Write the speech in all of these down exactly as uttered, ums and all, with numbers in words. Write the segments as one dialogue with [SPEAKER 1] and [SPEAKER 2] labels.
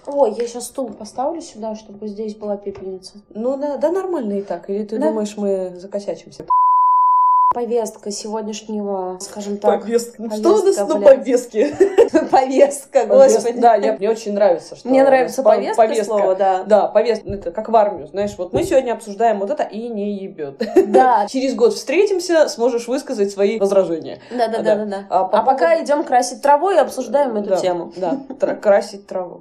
[SPEAKER 1] Ой, я сейчас стул поставлю сюда, чтобы здесь была пепельница.
[SPEAKER 2] Ну да, да нормально и так. Или ты
[SPEAKER 1] да?
[SPEAKER 2] думаешь, мы закосячимся?
[SPEAKER 1] Повестка сегодняшнего, скажем так.
[SPEAKER 2] Повестка.
[SPEAKER 1] повестка
[SPEAKER 2] Что у нас на повестке?
[SPEAKER 1] Повестка, господи.
[SPEAKER 2] Да, мне очень нравится, что...
[SPEAKER 1] Мне нравится повестка слово, да.
[SPEAKER 2] Да, повестка. Это как в армию, знаешь, вот мы сегодня обсуждаем вот это и не ебет.
[SPEAKER 1] Да.
[SPEAKER 2] Через год встретимся, сможешь высказать свои возражения.
[SPEAKER 1] Да-да-да. А пока идем красить траву и обсуждаем эту тему.
[SPEAKER 2] Да, красить траву.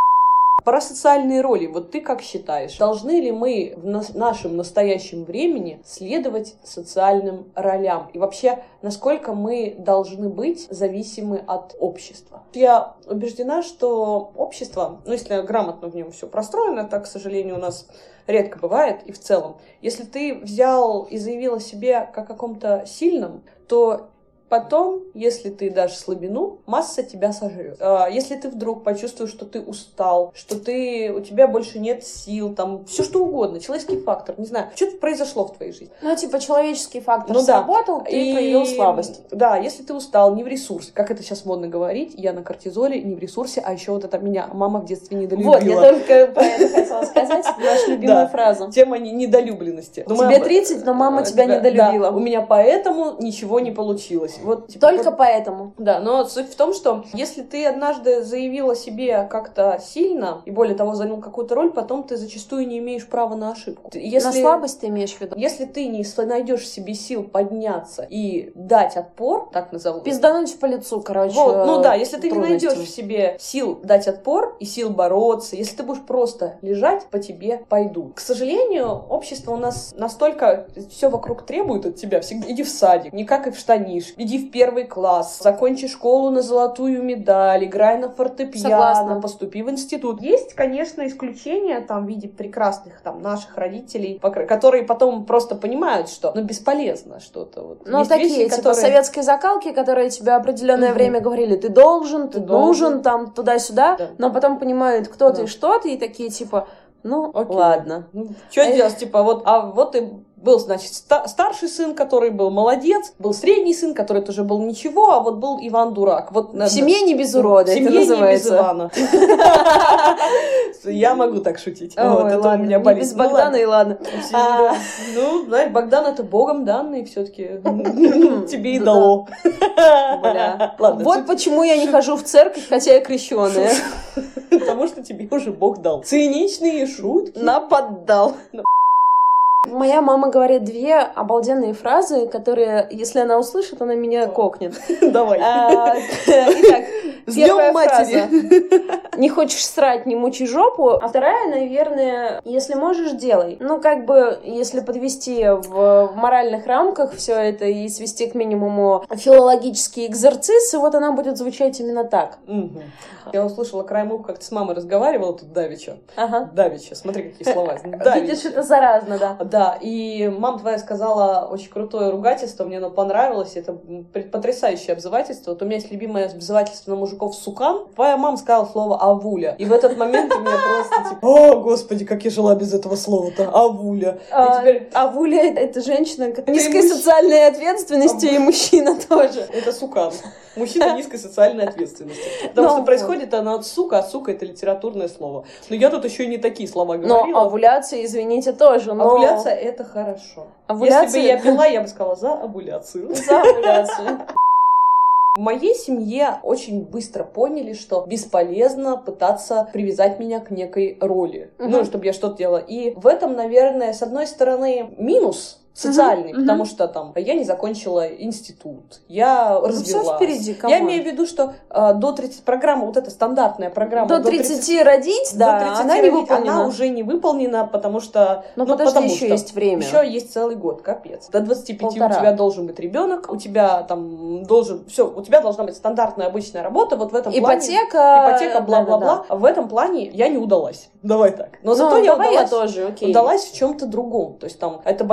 [SPEAKER 2] Про социальные роли. Вот ты как считаешь, должны ли мы в нас- нашем настоящем времени следовать социальным ролям? И вообще, насколько мы должны быть зависимы от общества? Я убеждена, что общество, ну если грамотно в нем все простроено, так, к сожалению, у нас редко бывает, и в целом, если ты взял и заявил о себе как о каком-то сильном, то потом, если ты дашь слабину, масса тебя сожрет. Если ты вдруг почувствуешь, что ты устал, что ты, у тебя больше нет сил, там, все что угодно, человеческий фактор, не знаю, что-то произошло в твоей жизни.
[SPEAKER 1] Ну, типа, человеческий фактор
[SPEAKER 2] ну,
[SPEAKER 1] сработал,
[SPEAKER 2] да.
[SPEAKER 1] ты
[SPEAKER 2] и...
[SPEAKER 1] проявил слабость.
[SPEAKER 2] Да, если ты устал, не в ресурсе, как это сейчас модно говорить, я на кортизоле, не в ресурсе, а еще вот это меня мама в детстве недолюбила.
[SPEAKER 1] Вот, я только про это хотела сказать, наша любимая фраза.
[SPEAKER 2] Тема недолюбленности.
[SPEAKER 1] Тебе тридцать, но мама тебя недолюбила.
[SPEAKER 2] У меня поэтому ничего не получилось.
[SPEAKER 1] Только поэтому.
[SPEAKER 2] Да, но суть в том, что если ты однажды заявил о себе как-то сильно, и более того, занял какую-то роль, потом ты зачастую не имеешь права на ошибку. Если,
[SPEAKER 1] на слабость ты имеешь в виду?
[SPEAKER 2] Если ты не найдешь в себе сил подняться и дать отпор, так назову.
[SPEAKER 1] Пиздануть по лицу, короче.
[SPEAKER 2] Вот, ну да, если ты не
[SPEAKER 1] трудности.
[SPEAKER 2] найдешь в себе сил дать отпор и сил бороться, если ты будешь просто лежать, по тебе пойдут. К сожалению, общество у нас настолько все вокруг требует от тебя. Всегда иди в садик, не как и в штанишь, иди в первый класс, закончи школу на золотую медаль, играй на фортепиано,
[SPEAKER 1] Согласна.
[SPEAKER 2] поступи в институт. Есть, конечно, исключения там в виде прекрасных там наших родителей, которые потом просто понимают, что ну бесполезно что-то. Вот.
[SPEAKER 1] Ну
[SPEAKER 2] есть
[SPEAKER 1] такие,
[SPEAKER 2] вещи,
[SPEAKER 1] типа
[SPEAKER 2] которые...
[SPEAKER 1] советские закалки, которые тебе определенное
[SPEAKER 2] Угу.
[SPEAKER 1] время говорили, ты должен, ты,
[SPEAKER 2] ты
[SPEAKER 1] нужен,
[SPEAKER 2] должен.
[SPEAKER 1] там туда-сюда, да. Но потом понимают, кто да. ты и что ты, и такие типа, ну
[SPEAKER 2] окей.
[SPEAKER 1] Ладно.
[SPEAKER 2] Ну, что а делать, типа вот, а вот и был, значит, ста- старший сын, который был молодец, был средний сын, который тоже был ничего, а вот был Иван дурак. Вот,
[SPEAKER 1] в семье не без урода,
[SPEAKER 2] в
[SPEAKER 1] это называется.
[SPEAKER 2] Не без Ивана. Я могу так шутить.
[SPEAKER 1] Вот это у меня болит. Без Богдана и ладно.
[SPEAKER 2] Ну, знаешь, Богдан это богом данный все-таки. Тебе и дало.
[SPEAKER 1] Вот почему я не хожу в церковь, хотя я крещеная.
[SPEAKER 2] Потому что тебе уже Бог дал. Циничные шутки.
[SPEAKER 1] Наподдал. Моя мама говорит две обалденные фразы, которые, если она услышит, она меня кокнет.
[SPEAKER 2] Давай.
[SPEAKER 1] А, итак, первая фраза. Не хочешь срать, не мучи жопу. А вторая, наверное, если можешь, делай. Ну, как бы, если подвести в моральных рамках все это и свести к минимуму филологический экзерциз, вот она будет звучать именно так.
[SPEAKER 2] Угу. Я услышала краем уха, как ты с мамой разговаривала тут давеча.
[SPEAKER 1] Ага.
[SPEAKER 2] Давеча, смотри, какие слова.
[SPEAKER 1] Видишь, это заразно, да.
[SPEAKER 2] Да, и мама твоя сказала очень крутое ругательство, мне оно понравилось, это потрясающее обзывательство. Вот у меня есть любимое обзывательство на мужиков сукан. Твоя мама сказала слово «авуля». И в этот момент у меня просто типа, о, господи, как я жила без этого слова-то, «авуля».
[SPEAKER 1] А,
[SPEAKER 2] теперь...
[SPEAKER 1] Авуля — это женщина низкой социальной ответственности, и мужчина тоже.
[SPEAKER 2] Это сукан. Мужчина низкой социальной ответственности. Потому что происходит она от сука, а сука — это литературное слово. Но я тут еще и не такие слова говорила.
[SPEAKER 1] Но овуляция, извините, тоже. Но...
[SPEAKER 2] Овуляция — это хорошо.
[SPEAKER 1] Овуляция...
[SPEAKER 2] Если бы я пила, я бы сказала за овуляцию.
[SPEAKER 1] За овуляцию.
[SPEAKER 2] В моей семье очень быстро поняли, что бесполезно пытаться привязать меня к некой роли. Uh-huh. Ну, чтобы я что-то делала. И в этом, наверное, с одной стороны, минус социальный, uh-huh. потому uh-huh. что там я не закончила институт, я ну, развелась.
[SPEAKER 1] Все впереди,
[SPEAKER 2] я имею в виду, что э, до тридцати программа, вот эта стандартная программа.
[SPEAKER 1] До, до тридцати родить, да, до тридцати она родить, не выполнена.
[SPEAKER 2] Она уже не выполнена, потому что...
[SPEAKER 1] Ну, ну подожди, потому еще что есть время.
[SPEAKER 2] Еще есть целый год, капец. До двадцати пяти Полтора. У тебя должен быть ребенок, у тебя там должен... Все, у тебя должна быть стандартная обычная работа, вот в этом
[SPEAKER 1] ипотека,
[SPEAKER 2] плане... Ипотека, бла-бла-бла. В этом плане я не удалась. Давай так. Но зато ну, я, удалась,
[SPEAKER 1] я тоже, окей.
[SPEAKER 2] удалась в чем-то другом. То есть там это большой творческий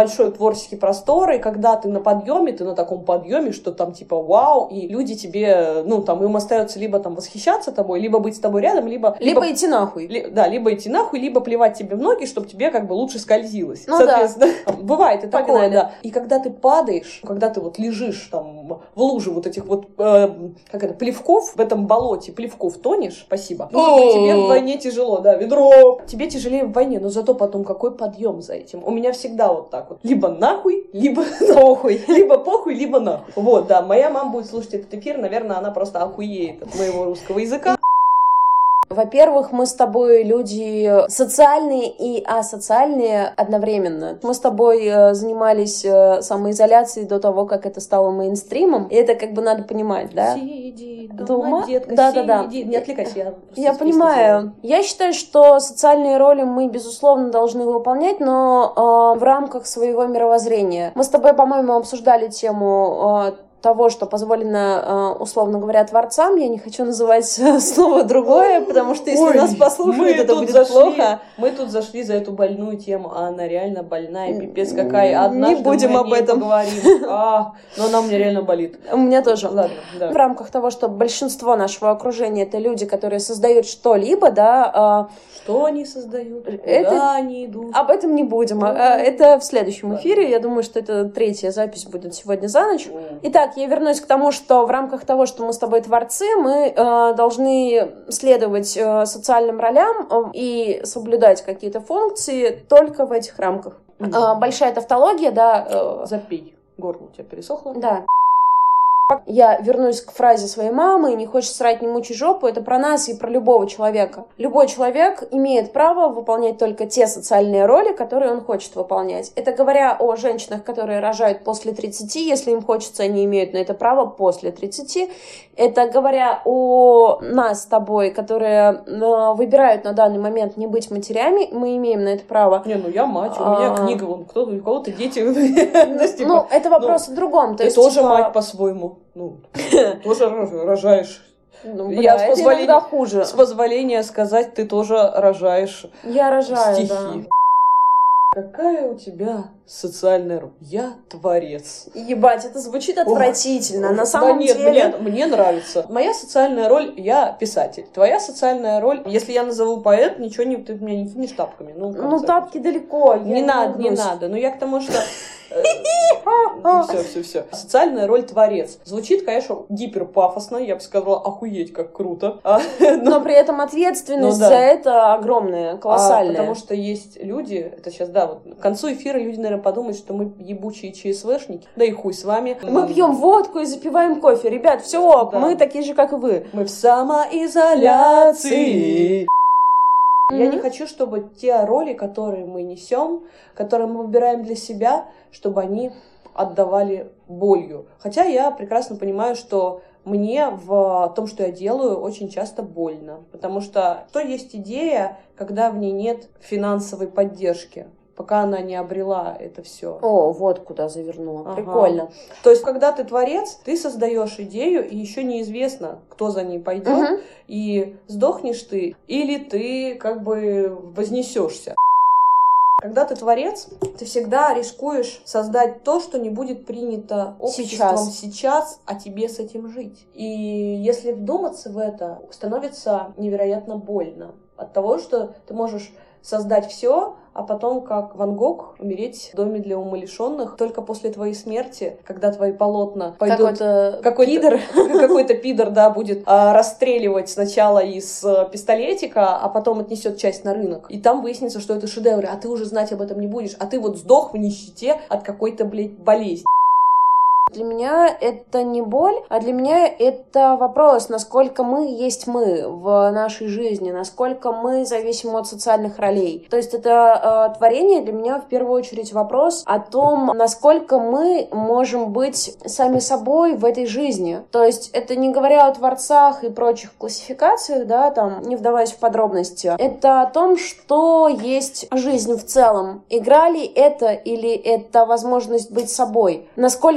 [SPEAKER 2] творческие просторы, и когда ты на подъеме, ты на таком подъеме, что там типа вау, и люди тебе, ну, там, им остается либо там восхищаться тобой, либо быть с тобой рядом, либо...
[SPEAKER 1] Либо, либо идти нахуй.
[SPEAKER 2] Ли, да, либо идти нахуй, либо плевать тебе в ноги, чтобы тебе как бы лучше скользилось.
[SPEAKER 1] Ну,
[SPEAKER 2] соответственно,
[SPEAKER 1] да.
[SPEAKER 2] Бывает и такое, да. И когда ты падаешь, когда ты вот лежишь там в луже вот этих вот, э, как это, плевков, в этом болоте плевков тонешь, спасибо. Ну, тебе в войне тяжело, да, ведро. Тебе тяжелее в войне, но зато потом какой подъем за этим. У меня всегда вот так вот. Либо нахуй, либо похуй. Либо похуй, либо нахуй. Вот, да, моя мама будет слушать этот эфир, наверное, она просто охуеет от моего русского языка.
[SPEAKER 1] Во-первых, мы с тобой люди социальные и асоциальные одновременно. Мы с тобой занимались самоизоляцией до того, как это стало мейнстримом, и это как бы надо понимать, да?
[SPEAKER 2] Сиди дома,
[SPEAKER 1] дома?
[SPEAKER 2] детка,
[SPEAKER 1] да,
[SPEAKER 2] сиди.
[SPEAKER 1] да, да.
[SPEAKER 2] Не отвлекайся, я
[SPEAKER 1] Я понимаю. Я считаю, что социальные роли мы, безусловно, должны выполнять, но э, в рамках своего мировоззрения. Мы с тобой, по-моему, обсуждали тему э, того, что позволено, условно говоря, творцам. Я не хочу называть слово другое, потому что если Ой, нас послушают, это будет зашли, плохо.
[SPEAKER 2] Мы тут зашли за эту больную тему, а она реально больная, пипец какая. Однажды
[SPEAKER 1] не будем
[SPEAKER 2] мы
[SPEAKER 1] об этом
[SPEAKER 2] поговорим. А, но она у меня реально болит.
[SPEAKER 1] У меня тоже.
[SPEAKER 2] Ладно, да.
[SPEAKER 1] В рамках того, что большинство нашего окружения это люди, которые создают что-либо, да.
[SPEAKER 2] Что они создают? Куда
[SPEAKER 1] это...
[SPEAKER 2] они идут?
[SPEAKER 1] Об этом не будем. Это в следующем эфире. Я думаю, что это третья запись будет сегодня за ночь. Итак, я вернусь к тому, что в рамках того, что мы с тобой творцы, мы э, должны следовать э, социальным ролям э, и соблюдать какие-то функции только в этих рамках. Mm-hmm. Э, большая тавтология, да. Э,
[SPEAKER 2] Запей. Горло у тебя пересохло?
[SPEAKER 1] Да. Я вернусь к фразе своей мамы: «Не хочешь срать, не мучай жопу». Это про нас и про любого человека. Любой человек имеет право выполнять только те социальные роли, которые он хочет выполнять. Это говоря о женщинах, которые рожают после тридцати. Если им хочется, они имеют на это право после тридцати. Это говоря о нас с тобой, которые выбирают на данный момент не быть матерями. Мы имеем на это право.
[SPEAKER 2] Не, ну я мать, у меня книга, вон, кто, у кого-то дети.
[SPEAKER 1] Ну, это вопрос о другом.
[SPEAKER 2] Ты тоже мать по-своему. Ну, тоже рожаешь.
[SPEAKER 1] Ну, бля, я с позволения, хуже.
[SPEAKER 2] С позволения сказать, ты тоже рожаешь.
[SPEAKER 1] Я рожаю,
[SPEAKER 2] стихи.
[SPEAKER 1] Да.
[SPEAKER 2] Какая у тебя социальная роль? Я творец.
[SPEAKER 1] Ебать, это звучит отвратительно. Ох, на самом
[SPEAKER 2] да нет,
[SPEAKER 1] деле...
[SPEAKER 2] Мне, мне нравится. Моя социальная роль — я писатель. Твоя социальная роль — если я назову поэт, ничего не, ты меня не кинешь тапками. Ну,
[SPEAKER 1] ну тапки далеко.
[SPEAKER 2] Не надо, не надо. Но я к тому, что... Все, все, все. Социальная роль творец. Звучит, конечно, гиперпафосно. Я бы сказала, охуеть, как круто. А,
[SPEAKER 1] но... но при этом ответственность ну, да. за это огромная, колоссальная.
[SPEAKER 2] А, потому что есть люди, это сейчас, да, вот к концу эфира люди, наверное, подумают, что мы ебучие ЧСВшники. Да и хуй с вами.
[SPEAKER 1] Мы пьем водку и запиваем кофе. Ребят, все ок, да. мы такие же, как и вы.
[SPEAKER 2] Мы в самоизоляции. Я mm-hmm. не хочу, чтобы те роли, которые мы несем, которые мы выбираем для себя, чтобы они отдавали болью. Хотя я прекрасно понимаю, что мне в том, что я делаю, очень часто больно. Потому что что есть идея, когда в ней нет финансовой поддержки? Пока она не обрела это все.
[SPEAKER 1] О, вот куда завернула. Ага. Прикольно.
[SPEAKER 2] То есть, когда ты творец, ты создаешь идею, и еще неизвестно, кто за ней пойдет, угу. и сдохнешь ты, или ты как бы вознесешься. Когда ты творец, ты всегда рискуешь создать то, что не будет принято обществом сейчас, сейчас а тебе с этим жить. И если вдуматься в это, становится невероятно больно от того, что ты можешь создать все, а потом, как Ван Гог, умереть в доме для умалишенных только после твоей смерти, когда твои полотна пойдут...
[SPEAKER 1] Какой-то,
[SPEAKER 2] какой-то
[SPEAKER 1] пидор.
[SPEAKER 2] Какой-то пидор, да, будет а, расстреливать сначала из а, пистолетика, а потом отнесет часть на рынок. И там выяснится, что это шедевры, а ты уже знать об этом не будешь. А ты вот сдох в нищете от какой-то, блядь, болезни.
[SPEAKER 1] Для меня это не боль, а для меня это вопрос, насколько мы есть мы в нашей жизни, насколько мы зависим от социальных ролей. То есть это э, творение для меня в первую очередь вопрос о том, насколько мы можем быть сами собой в этой жизни. То есть это не говоря о творцах и прочих классификациях, да, там, не вдаваясь в подробности. Это о том, что есть жизнь в целом. Игра ли это или это возможность быть собой? Насколько мы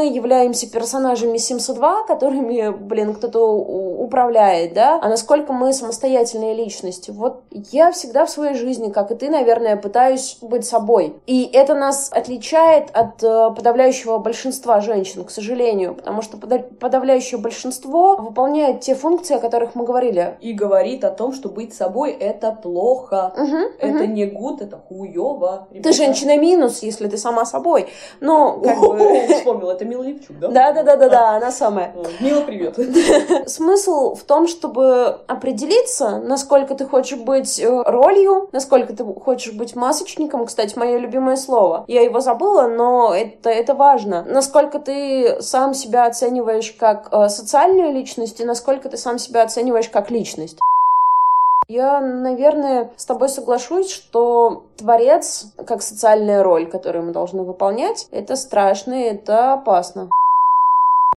[SPEAKER 1] мы являемся персонажами Симса два, которыми, блин, кто-то управляет, да, а насколько мы самостоятельные личности. Вот я всегда в своей жизни, как и ты, наверное, пытаюсь быть собой. И это нас отличает от подавляющего большинства женщин, к сожалению, потому что подавляющее большинство выполняет те функции, о которых мы говорили.
[SPEAKER 2] И говорит о том, что быть собой — это плохо,
[SPEAKER 1] угу,
[SPEAKER 2] это
[SPEAKER 1] угу.
[SPEAKER 2] не гуд, это хуёво.
[SPEAKER 1] Ребята. Ты женщина минус, если ты сама собой. Но, как бы...
[SPEAKER 2] Вспомнила, это Мила Левчук, да?
[SPEAKER 1] Да-да-да-да, она самая.
[SPEAKER 2] Мила, привет.
[SPEAKER 1] Смысл в том, чтобы определиться, насколько ты хочешь быть ролью, насколько ты хочешь быть масочником. Кстати, мое любимое слово. Я его забыла, но это, это важно. Насколько ты сам себя оцениваешь как э, социальную личность и насколько ты сам себя оцениваешь как личность. Я, наверное, с тобой соглашусь, что творец, как социальная роль, которую мы должны выполнять, это страшно и это опасно.